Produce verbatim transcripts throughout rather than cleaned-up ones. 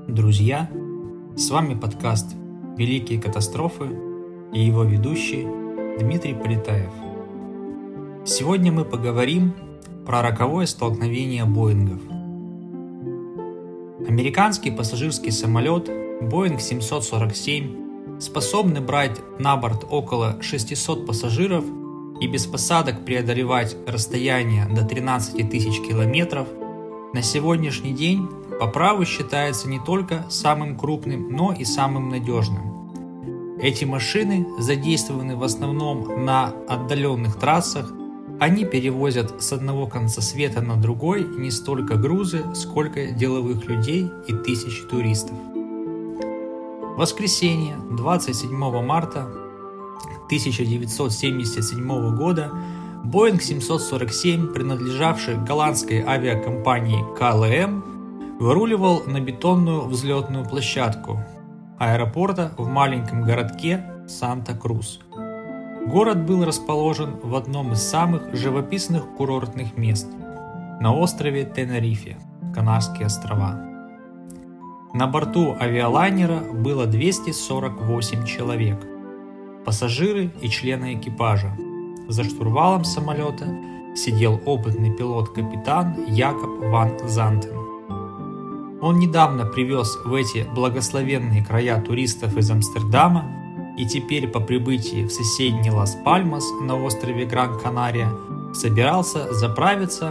Друзья, с вами подкаст «Великие катастрофы» и его ведущий Дмитрий Полетаев. Сегодня мы поговорим про роковое столкновение Боингов. Американский пассажирский самолет Боинг семьсот сорок семь, способный брать на борт около шестисот пассажиров и без посадок преодолевать расстояние до тринадцати тысяч километров, на сегодняшний день по праву считается не только самым крупным, но и самым надежным. Эти машины задействованы в основном на отдаленных трассах, они перевозят с одного конца света на другой не столько грузы, сколько деловых людей и тысячи туристов. В воскресенье, двадцать седьмого марта тысяча девятьсот семьдесят седьмого года, Боинг семьсот сорок семь, принадлежавший голландской авиакомпании ка эл эм, выруливал на бетонную взлетную площадку аэропорта в маленьком городке Санта-Крус. Город был расположен в одном из самых живописных курортных мест на острове Тенерифе, Канарские острова. На борту авиалайнера было двести сорок восемь человек, пассажиры и члены экипажа. За штурвалом самолета сидел опытный пилот-капитан Якоб ван Зантен. Он недавно привез в эти благословенные края туристов из Амстердама, и теперь по прибытии в соседний Лас-Пальмас на острове Гран-Канария собирался заправиться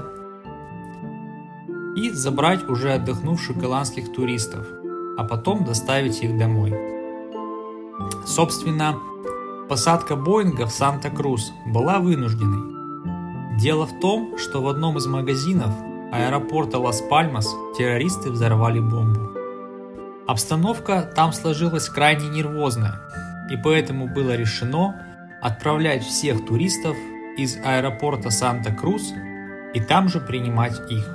и забрать уже отдохнувших голландских туристов, а потом доставить их домой. Собственно, посадка Боинга в Санта-Крус была вынужденной. Дело в том, что в одном из магазинов аэропорта Лас-Пальмас террористы взорвали бомбу. Обстановка там сложилась крайне нервозная, и поэтому было решено отправлять всех туристов из аэропорта Санта-Крус и там же принимать их.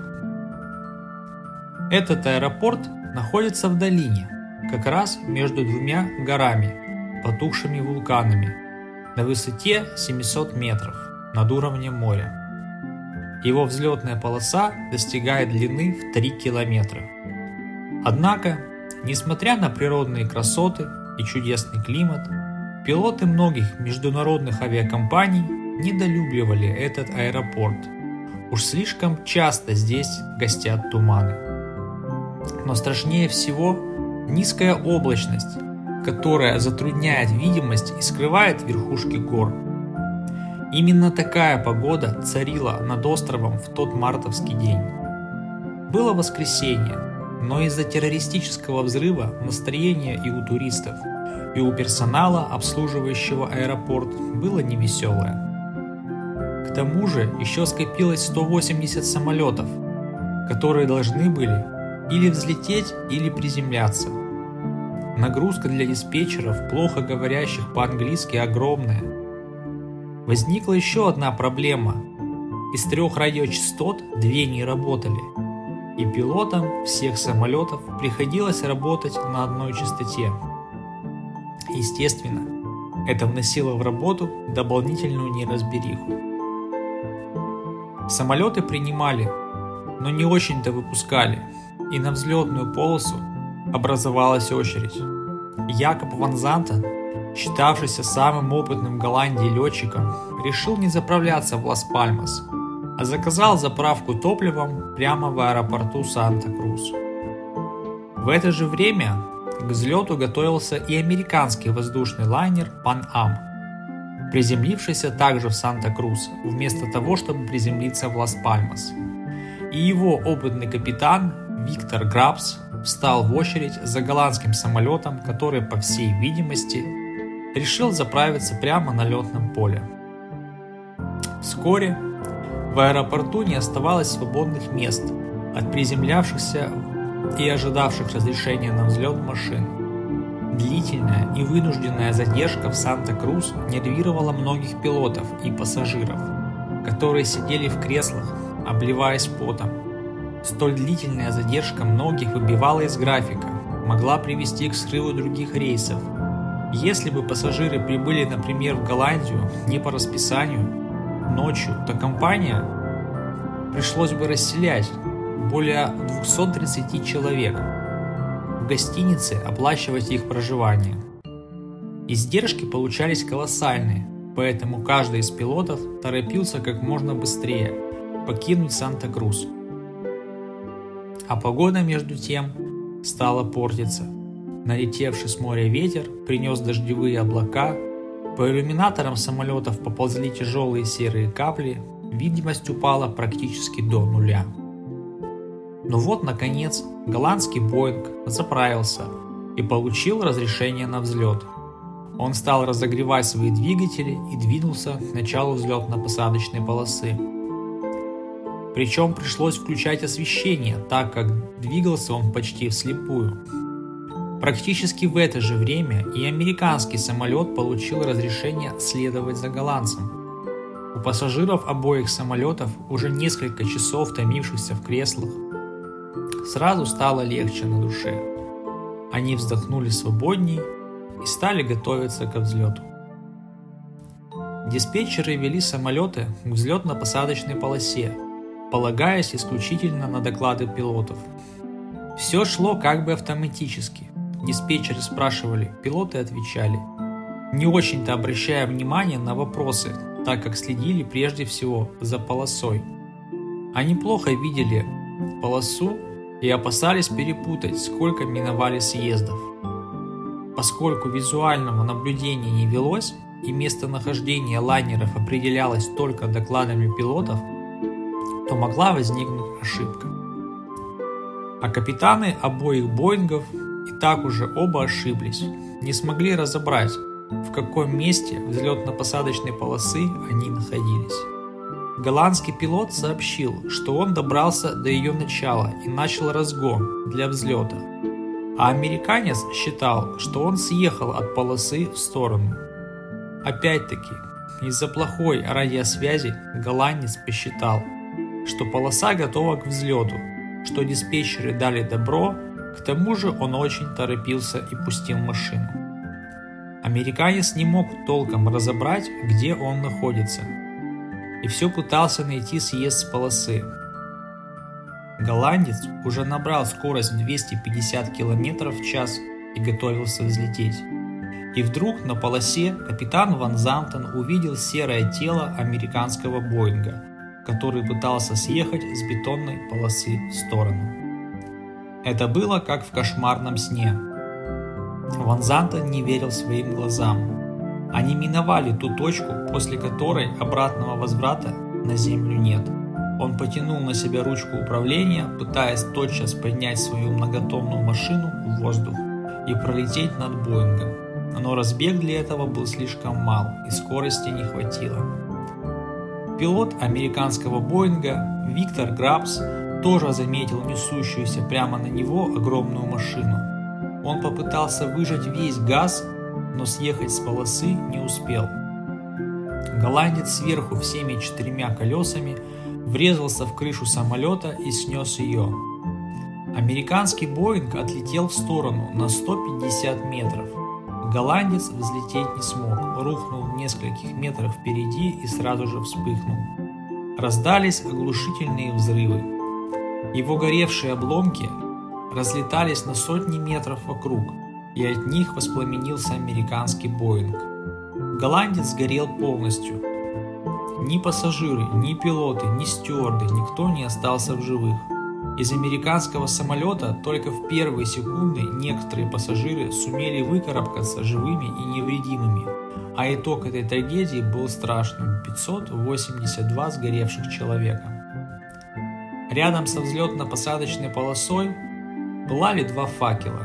Этот аэропорт находится в долине, как раз между двумя горами, потухшими вулканами, на высоте семьсот метров над уровнем моря. Его взлетная полоса достигает длины в три километра. Однако, несмотря на природные красоты и чудесный климат, пилоты многих международных авиакомпаний недолюбливали этот аэропорт. Уж слишком часто здесь гостят туманы. Но страшнее всего низкая облачность, которая затрудняет видимость и скрывает верхушки гор. Именно такая погода царила над островом в тот мартовский день. Было воскресенье, но из-за террористического взрыва настроение и у туристов, и у персонала, обслуживающего аэропорт, было невеселое. К тому же еще скопилось сто восемьдесят самолетов, которые должны были или взлететь, или приземляться. Нагрузка для диспетчеров, плохо говорящих по-английски, огромная. Возникла еще одна проблема. Из трех радиочастот две не работали, и пилотам всех самолетов приходилось работать на одной частоте. Естественно, это вносило в работу дополнительную неразбериху. Самолеты принимали, но не очень-то выпускали, и на взлетную полосу образовалась очередь. Якоб ван Зантен, считавшийся самым опытным в Голландии летчиком, решил не заправляться в Лас-Пальмас, а заказал заправку топливом прямо в аэропорту Санта-Крус. В это же время к взлету готовился и американский воздушный лайнер Pan Am, приземлившийся также в Санта-Крус, вместо того, чтобы приземлиться в Лас-Пальмас. И его опытный капитан Виктор Грабс встал в очередь за голландским самолетом, который, по всей видимости, решил заправиться прямо на летном поле. Вскоре в аэропорту не оставалось свободных мест от приземлявшихся и ожидавших разрешения на взлет машин. Длительная и вынужденная задержка в Санта-Крус нервировала многих пилотов и пассажиров, которые сидели в креслах, обливаясь потом. Столь длительная задержка многих выбивала из графика, могла привести к срыву других рейсов. Если бы пассажиры прибыли, например, в Голландию не по расписанию, ночью, то компания пришлось бы расселять более двухсот тридцати человек. в гостинице оплачивать их проживание. Издержки получались колоссальные, поэтому каждый из пилотов торопился как можно быстрее покинуть Санта-Крус. А погода между тем стала портиться. Налетевший с моря ветер принес дождевые облака, по иллюминаторам самолетов поползли тяжелые серые капли, видимость упала практически до нуля. Но вот, наконец, голландский Боинг заправился и получил разрешение на взлет. Он стал разогревать свои двигатели и двинулся к началу взлетно-посадочной полосы. Причем пришлось включать освещение, так как двигался он почти вслепую. Практически в это же время и американский самолет получил разрешение следовать за голландцем. У пассажиров обоих самолетов, уже несколько часов томившихся в креслах, сразу стало легче на душе. Они вздохнули свободней и стали готовиться к взлету. Диспетчеры вели самолеты к взлетно-посадочной полосе, полагаясь исключительно на доклады пилотов. Все шло как бы автоматически. Диспетчеры спрашивали, пилоты отвечали, не очень-то обращая внимание на вопросы, так как следили прежде всего за полосой. Они плохо видели полосу и опасались перепутать, сколько миновали съездов. Поскольку визуального наблюдения не велось и местонахождение лайнеров определялось только докладами пилотов, то могла возникнуть ошибка. А капитаны обоих Боингов и так уже оба ошиблись, не смогли разобрать, в каком месте взлетно-посадочной полосы они находились. Голландский пилот сообщил, что он добрался до ее начала и начал разгон для взлета, а американец считал, что он съехал от полосы в сторону. Опять-таки, из-за плохой радиосвязи голландец посчитал, что полоса готова к взлету, что диспетчеры дали добро, к тому же он очень торопился и пустил машину. Американец не мог толком разобрать, где он находится, и все пытался найти съезд с полосы. Голландец уже набрал скорость двести пятьдесят километров в час и готовился взлететь. И вдруг на полосе капитан Ван Зантен увидел серое тело американского Боинга, который пытался съехать с бетонной полосы в сторону. Это было как в кошмарном сне. Ван Зантен не верил своим глазам. Они миновали ту точку, после которой обратного возврата на землю нет. Он потянул на себя ручку управления, пытаясь тотчас поднять свою многотонную машину в воздух и пролететь над Боингом. Но разбег для этого был слишком мал и скорости не хватило. Пилот американского Боинга Виктор Грабс тоже заметил несущуюся прямо на него огромную машину. Он попытался выжать весь газ, но съехать с полосы не успел. Голландец сверху всеми четырьмя колесами врезался в крышу самолета и снес ее. Американский Боинг отлетел в сторону на сто пятьдесят метров. Голландец взлететь не смог, рухнул в нескольких метрах впереди и сразу же вспыхнул. Раздались оглушительные взрывы. Его горевшие обломки разлетались на сотни метров вокруг, и от них воспламенился американский Боинг. Голландец сгорел полностью. Ни пассажиры, ни пилоты, ни стюарды, никто не остался в живых. Из американского самолета только в первые секунды некоторые пассажиры сумели выкарабкаться живыми и невредимыми, а итог этой трагедии был страшным – пятьсот восемьдесят два сгоревших человека. Рядом со взлетно-посадочной полосой пылали два факела.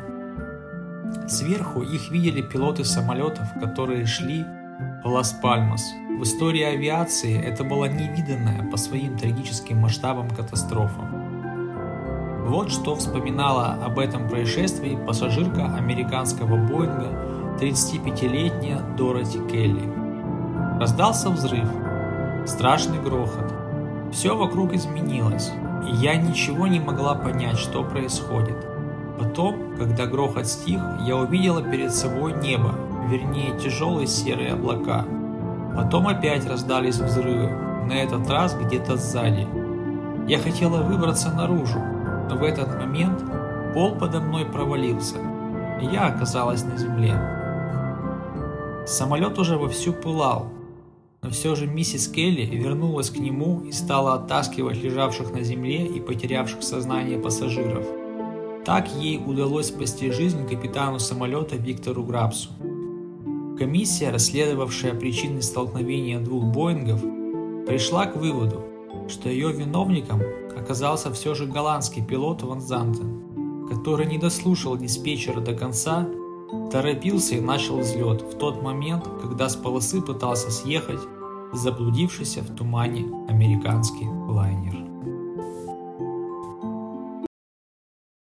Сверху их видели пилоты самолетов, которые шли в Лас-Пальмас. В истории авиации это была невиданная по своим трагическим масштабам катастрофа. Вот что вспоминала об этом происшествии пассажирка американского Боинга тридцатипятилетняя Дороти Келли. Раздался взрыв, страшный грохот. Все вокруг изменилось, и я ничего не могла понять, что происходит. Потом, когда грохот стих, я увидела перед собой небо, вернее тяжелые серые облака. Потом опять раздались взрывы, на этот раз где-то сзади. Я хотела выбраться наружу, но в этот момент Пол подо мной провалился, и я оказалась на земле. Самолет уже вовсю пылал, но все же миссис Келли вернулась к нему и стала оттаскивать лежавших на земле и потерявших сознание пассажиров. Так ей удалось спасти жизнь капитану самолета Виктору Грабсу. Комиссия, расследовавшая причины столкновения двух Боингов, пришла к выводу, что ее виновником оказался все же голландский пилот Ван Зантен, который не дослушал диспетчера до конца, торопился и начал взлет в тот момент, когда с полосы пытался съехать заблудившийся в тумане американский лайнер.